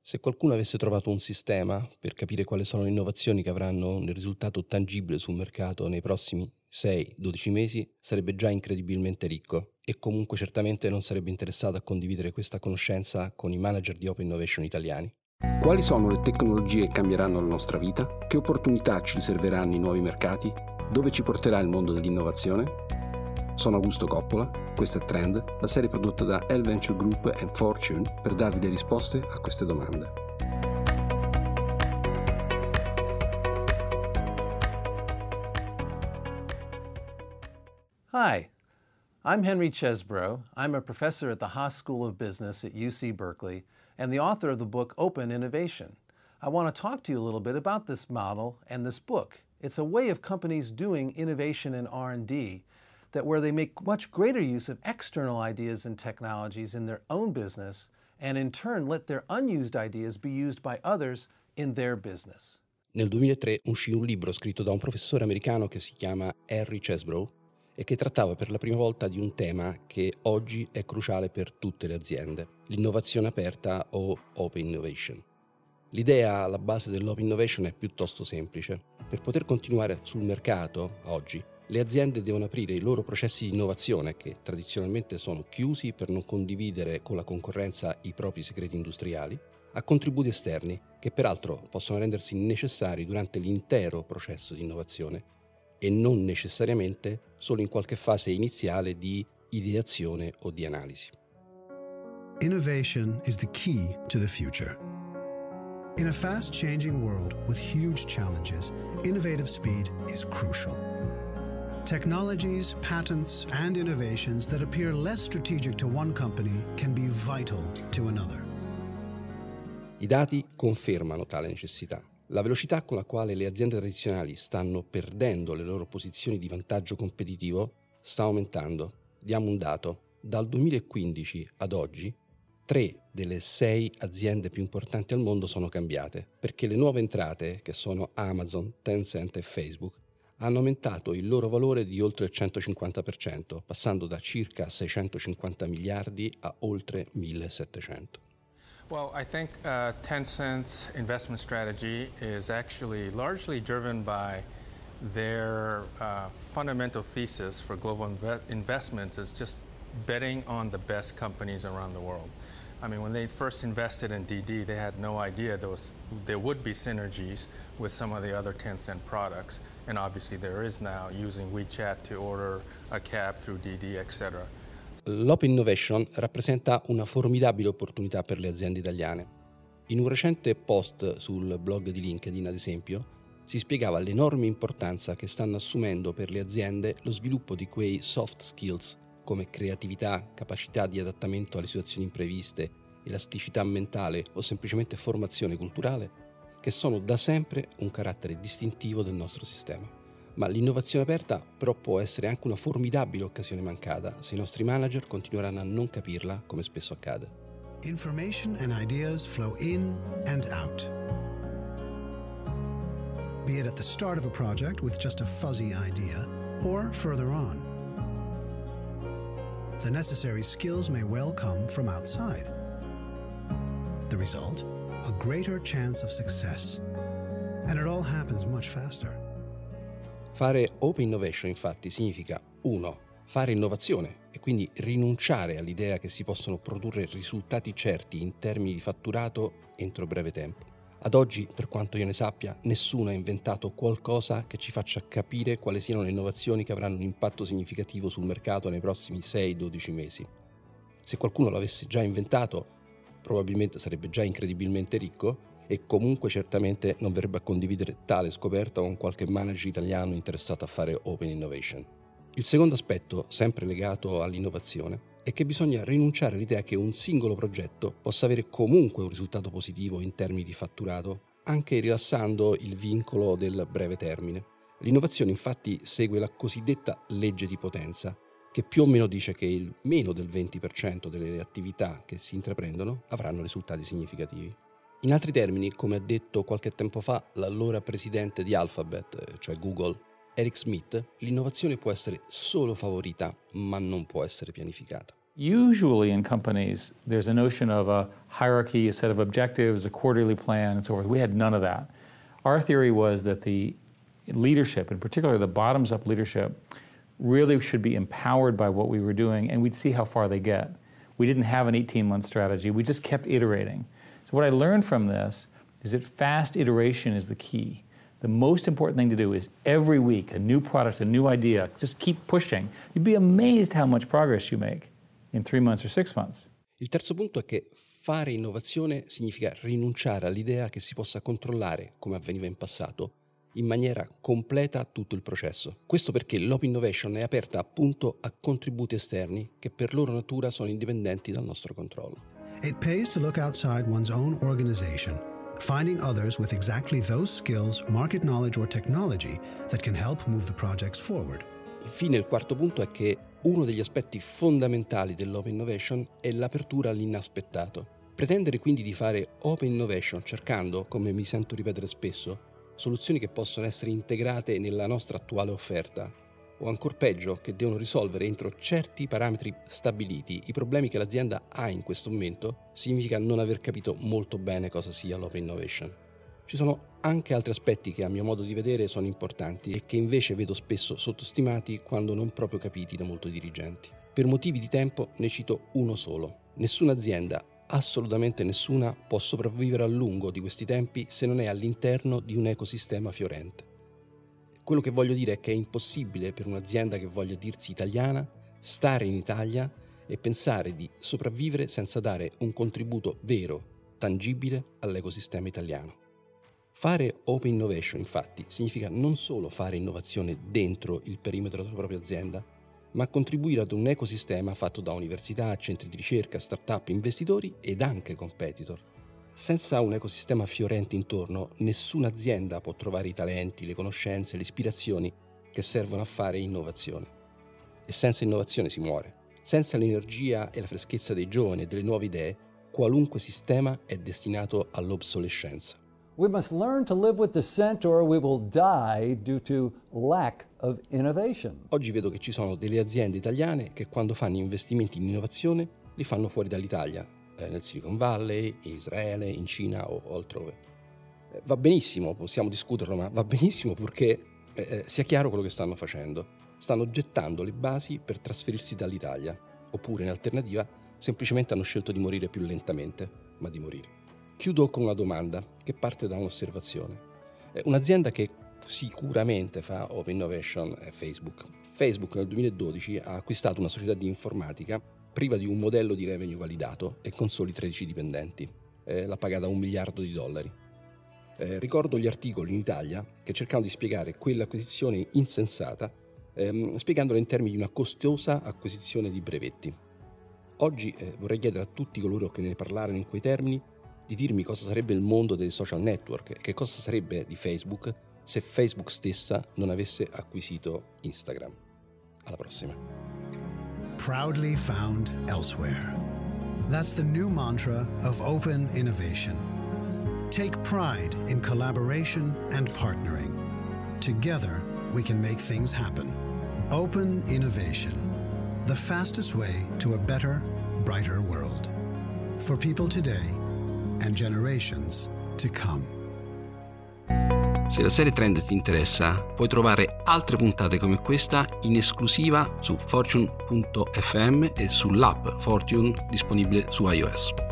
Se qualcuno avesse trovato un sistema per capire quali sono le innovazioni che avranno un risultato tangibile sul mercato nei prossimi 6-12 mesi, sarebbe già incredibilmente ricco e comunque certamente non sarebbe interessato a condividere questa conoscenza con i manager di Open Innovation italiani. Quali sono le tecnologie che cambieranno la nostra vita? Che opportunità ci riserveranno i nuovi mercati? Dove ci porterà il mondo dell'innovazione? Sono Augusto Coppola, questo è Trend, la serie prodotta da L Venture Group e Fortune per darvi le risposte a queste domande. Hi, I'm Henry Chesbrough. I'm a professor at the Haas School of Business at UC Berkeley and the author of the book Open Innovation. I want to talk to you a little bit about this model and this book. It's a way of companies doing innovation and R&D where they make much greater use of external ideas and technologies in their own business and in turn let their unused ideas be used by others in their business. Nel 2003 uscì un libro scritto da un professore americano che si chiama Henry Chesbrough e che trattava per la prima volta di un tema che oggi è cruciale per tutte le aziende, l'innovazione aperta o Open Innovation. L'idea alla base dell'Open Innovation è piuttosto semplice. Per poter continuare sul mercato oggi, le aziende devono aprire i loro processi di innovazione, che tradizionalmente sono chiusi per non condividere con la concorrenza i propri segreti industriali, a contributi esterni, che peraltro possono rendersi necessari durante l'intero processo di innovazione e non necessariamente solo in qualche fase iniziale di ideazione o di analisi. Innovation is the key to the future. In a fast-changing world with huge challenges, innovative speed is crucial. Technologies, patents, and innovations that appear less strategic to one company can be vital to another. I dati confermano tale necessità. La velocità con la quale le aziende tradizionali stanno perdendo le loro posizioni di vantaggio competitivo sta aumentando. Diamo un dato. Dal 2015 ad oggi, 3 delle 6 aziende più importanti al mondo sono cambiate, perché le nuove entrate, che sono Amazon, Tencent e Facebook, hanno aumentato il loro valore di oltre il 150%, passando da circa 650 miliardi a oltre 1700. Well, I think Tencent's investment strategy is actually largely driven by their fundamental thesis for global investment is just betting on the best companies around the world. I mean, when they first invested in DD, they had no idea there would be synergies with some of the other Tencent products, and obviously there is now, using WeChat to order a cab through DD, etc. L'Open Innovation rappresenta una formidabile opportunità per le aziende italiane. In un recente post sul blog di LinkedIn, ad esempio, si spiegava l'enorme importanza che stanno assumendo per le aziende lo sviluppo di quei soft skills come creatività, capacità di adattamento alle situazioni impreviste, elasticità mentale o semplicemente formazione culturale, che sono da sempre un carattere distintivo del nostro sistema. Ma l'innovazione aperta però può essere anche una formidabile occasione mancata se i nostri manager continueranno a non capirla, come spesso accade. Information and ideas flow in and out. Be it at the start of a project with just a fuzzy idea, or further on. The necessary skills may well come from outside. The result? A greater chance of success. And it all happens much faster. Fare Open Innovation, infatti, significa 1. Fare innovazione e quindi rinunciare all'idea che si possono produrre risultati certi in termini di fatturato entro breve tempo. Ad oggi, per quanto io ne sappia, nessuno ha inventato qualcosa che ci faccia capire quali siano le innovazioni che avranno un impatto significativo sul mercato nei prossimi 6-12 mesi. Se qualcuno l'avesse già inventato, probabilmente sarebbe già incredibilmente ricco e comunque certamente non verrebbe a condividere tale scoperta con qualche manager italiano interessato a fare Open Innovation. Il secondo aspetto, sempre legato all'innovazione, è che bisogna rinunciare all'idea che un singolo progetto possa avere comunque un risultato positivo in termini di fatturato, anche rilassando il vincolo del breve termine. L'innovazione infatti segue la cosiddetta legge di potenza, che più o meno dice che il meno del 20% delle attività che si intraprendono avranno risultati significativi. In altri termini, come ha detto qualche tempo fa l'allora presidente di Alphabet, cioè Google, Eric Schmidt, l'innovazione può essere solo favorita, ma non può essere pianificata. Usually in companies, there's a notion of a hierarchy, a set of objectives, a quarterly plan, and so forth. We had none of that. Our theory was that the leadership, in particular the bottoms-up leadership, really should be empowered by what we were doing, and we'd see how far they get. We didn't have an 18-month strategy. We just kept iterating. So what I learned from this is that fast iteration is the key. The most important thing to do is every week, a new product, a new idea, just keep pushing. You'd be amazed how much progress you make in 3 months or 6 months. Il terzo punto è che fare innovazione significa rinunciare all'idea che si possa controllare, come avveniva in passato, in maniera completa tutto il processo. Questo perché l'Open Innovation è aperta appunto a contributi esterni che per loro natura sono indipendenti dal nostro controllo. It pays to look outside one's own organization, finding others with exactly those skills, market knowledge or technology that can help move the projects forward. Infine, il quarto punto è che uno degli aspetti fondamentali dell'Open Innovation è l'apertura all'inaspettato. Pretendere quindi di fare Open Innovation cercando, come mi sento ripetere spesso, soluzioni che possono essere integrate nella nostra attuale offerta, o ancor peggio, che devono risolvere entro certi parametri stabiliti i problemi che l'azienda ha in questo momento, significa non aver capito molto bene cosa sia l'Open Innovation. Ci sono anche altri aspetti che a mio modo di vedere sono importanti e che invece vedo spesso sottostimati quando non proprio capiti da molti dirigenti. Per motivi di tempo ne cito uno solo. Nessuna azienda, assolutamente nessuna, può sopravvivere a lungo di questi tempi se non è all'interno di un ecosistema fiorente. Quello che voglio dire è che è impossibile per un'azienda che voglia dirsi italiana stare in Italia e pensare di sopravvivere senza dare un contributo vero, tangibile all'ecosistema italiano. Fare Open Innovation, infatti, significa non solo fare innovazione dentro il perimetro della propria azienda, ma contribuire ad un ecosistema fatto da università, centri di ricerca, start-up, investitori ed anche competitor. Senza un ecosistema fiorente intorno, nessuna azienda può trovare i talenti, le conoscenze, le ispirazioni che servono a fare innovazione. E senza innovazione si muore. Senza l'energia e la freschezza dei giovani e delle nuove idee, qualunque sistema è destinato all'obsolescenza. We must learn to live with dissent or we will die due to lack of innovation. Oggi vedo che ci sono delle aziende italiane che quando fanno investimenti in innovazione li fanno fuori dall'Italia, nel Silicon Valley, in Israele, in Cina o altrove. Va benissimo, possiamo discuterlo, ma va benissimo purché sia chiaro quello che stanno facendo. Stanno gettando le basi per trasferirsi dall'Italia, oppure in alternativa semplicemente hanno scelto di morire più lentamente, ma di morire. Chiudo con una domanda che parte da un'osservazione. Un'azienda che sicuramente fa Open Innovation è Facebook. Facebook nel 2012 ha acquistato una società di informatica priva di un modello di revenue validato e con soli 13 dipendenti. L'ha pagata $1 miliardo. Ricordo gli articoli in Italia che cercavano di spiegare quell'acquisizione insensata, spiegandola in termini di una costosa acquisizione di brevetti. Oggi vorrei chiedere a tutti coloro che ne parlarono in quei termini di dirmi cosa sarebbe il mondo dei social network e che cosa sarebbe di Facebook se Facebook stessa non avesse acquisito Instagram. Alla prossima. Proudly found elsewhere. That's the new mantra of Open Innovation. Take pride in collaboration and partnering. Together, we can make things happen. Open Innovation, the fastest way to a better, brighter world. For people today and generations to come. Se la serie Trend ti interessa, puoi trovare altre puntate come questa in esclusiva su fortune.fm e sull'app Fortune disponibile su iOS.